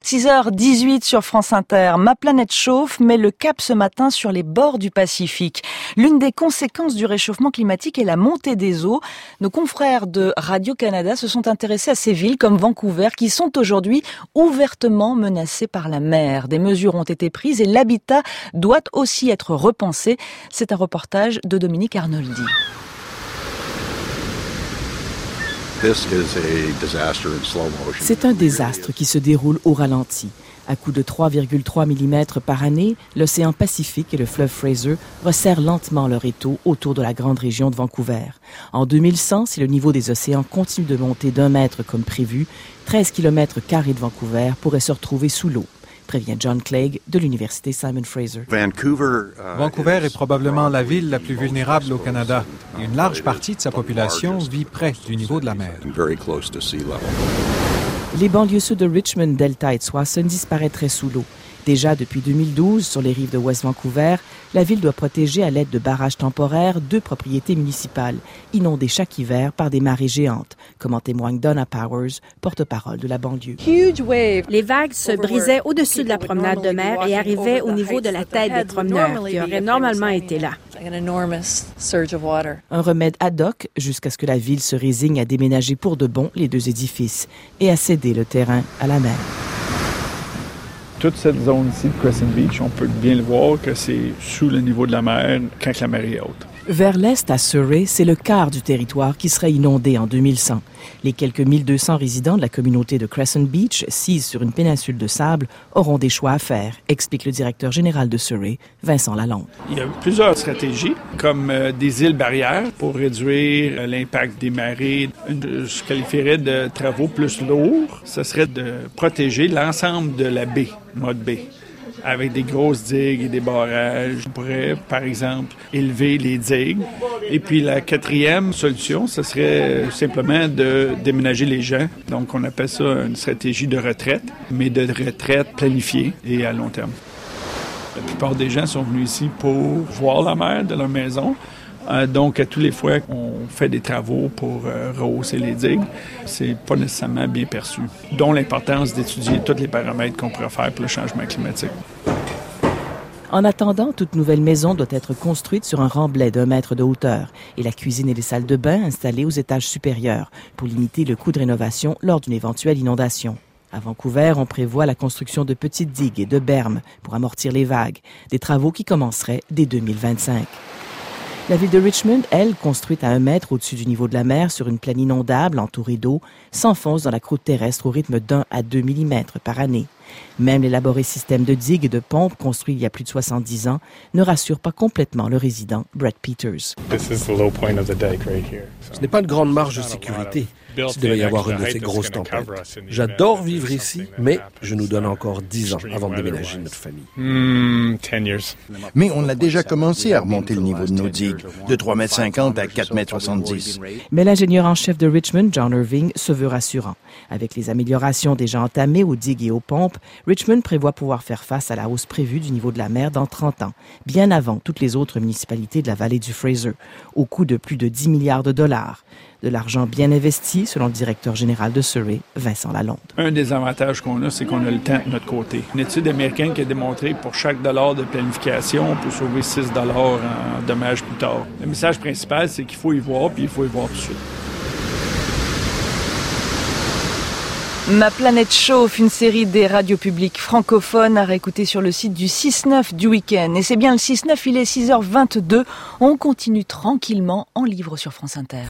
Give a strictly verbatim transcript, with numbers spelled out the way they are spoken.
six heures dix-huit sur France Inter. Ma planète chauffe, met le cap ce matin sur les bords du Pacifique. L'une des conséquences du réchauffement climatique est la montée des eaux. Nos confrères de Radio-Canada se sont intéressés à ces villes comme Vancouver qui sont aujourd'hui ouvertement menacées par la mer. Des mesures ont été prises et l'habitat doit aussi être repensé. C'est un reportage de Dominique Arnoldi. C'est un désastre qui se déroule au ralenti. À coup de trois virgule trois millimètres par année, l'océan Pacifique et le fleuve Fraser resserrent lentement leur étau autour de la grande région de Vancouver. En deux mille cent, si le niveau des océans continue de monter d'un mètre comme prévu, treize kilomètres carrés de Vancouver pourraient se retrouver sous l'eau, prévient John Clegg de l'université Simon Fraser. Vancouver est probablement la ville la plus vulnérable au Canada. Et une large partie de sa population vit près du niveau de la mer. Les banlieues sud de Richmond, Delta et Tsawwassen disparaîtraient sous l'eau. Déjà depuis deux mille douze, sur les rives de West Vancouver, la ville doit protéger à l'aide de barrages temporaires deux propriétés municipales, inondées chaque hiver par des marées géantes, comme en témoigne Donna Powers, porte-parole de la banlieue. Les vagues se brisaient au-dessus de la promenade de mer et arrivaient au niveau de la tête des promeneurs, qui auraient normalement été là. Un remède ad hoc jusqu'à ce que la ville se résigne à déménager pour de bon les deux édifices et à céder le terrain à la mer. Toute cette zone-ci de Crescent Beach, on peut bien le voir que c'est sous le niveau de la mer quand la mer est haute. Vers l'est, à Surrey, c'est le quart du territoire qui serait inondé en deux mille cent. Les quelques mille deux cents résidents de la communauté de Crescent Beach, sise sur une péninsule de sable, auront des choix à faire, explique le directeur général de Surrey, Vincent Lalonde. Il y a plusieurs stratégies, comme euh, des îles barrières pour réduire euh, l'impact des marées. Une, je qualifierais de travaux plus lourds, ce serait de protéger l'ensemble de la baie, mode baie, avec des grosses digues et des barrages. On pourrait, par exemple, élever les digues. Et puis la quatrième solution, ce serait simplement de déménager les gens. Donc on appelle ça une stratégie de retraite, mais de retraite planifiée et à long terme. La plupart des gens sont venus ici pour voir la mer de leur maison. Euh, donc, à tous les fois qu'on fait des travaux pour euh, rehausser les digues, c'est pas nécessairement bien perçu. Dont l'importance d'étudier tous les paramètres qu'on pourrait faire pour le changement climatique. En attendant, toute nouvelle maison doit être construite sur un remblai d'un mètre de hauteur et la cuisine et les salles de bain installées aux étages supérieurs pour limiter le coût de rénovation lors d'une éventuelle inondation. À Vancouver, on prévoit la construction de petites digues et de bermes pour amortir les vagues, des travaux qui commenceraient dès deux mille vingt-cinq. La ville de Richmond, elle, construite à un mètre au-dessus du niveau de la mer sur une plaine inondable entourée d'eau, s'enfonce dans la croûte terrestre au rythme d'un à deux millimètres par année. Même l'élaboré système de digues et de pompes construit il y a plus de soixante-dix ans ne rassure pas complètement le résident Brett Peters. Ce n'est pas une grande marge de sécurité. S'il devait y avoir une de ces grosses tempêtes. J'adore vivre ici, mais je nous donne encore dix ans avant de déménager notre famille. Mm, mais on a déjà commencé à remonter le niveau de nos digues, de trois mètres cinquante à quatre mètres soixante-dix. Mais l'ingénieur en chef de Richmond, John Irving, se veut rassurant. Avec les améliorations déjà entamées aux digues et aux pompes, Richmond prévoit pouvoir faire face à la hausse prévue du niveau de la mer dans trente ans, bien avant toutes les autres municipalités de la vallée du Fraser, au coût de plus de dix milliards de dollars. De l'argent bien investi, selon le directeur général de Surrey, Vincent Lalonde. Un des avantages qu'on a, c'est qu'on a le temps de notre côté. Une étude américaine qui a démontré que pour chaque dollar de planification, on peut sauver six dollars en dommages plus tard. Le message principal, c'est qu'il faut y voir, puis il faut y voir tout de suite. Ma planète chauffe, une série des radios publiques francophones à réécouter sur le site du six neuf du week-end. Et c'est bien le six neuf, il est six heures vingt-deux. On continue tranquillement en livre sur France Inter.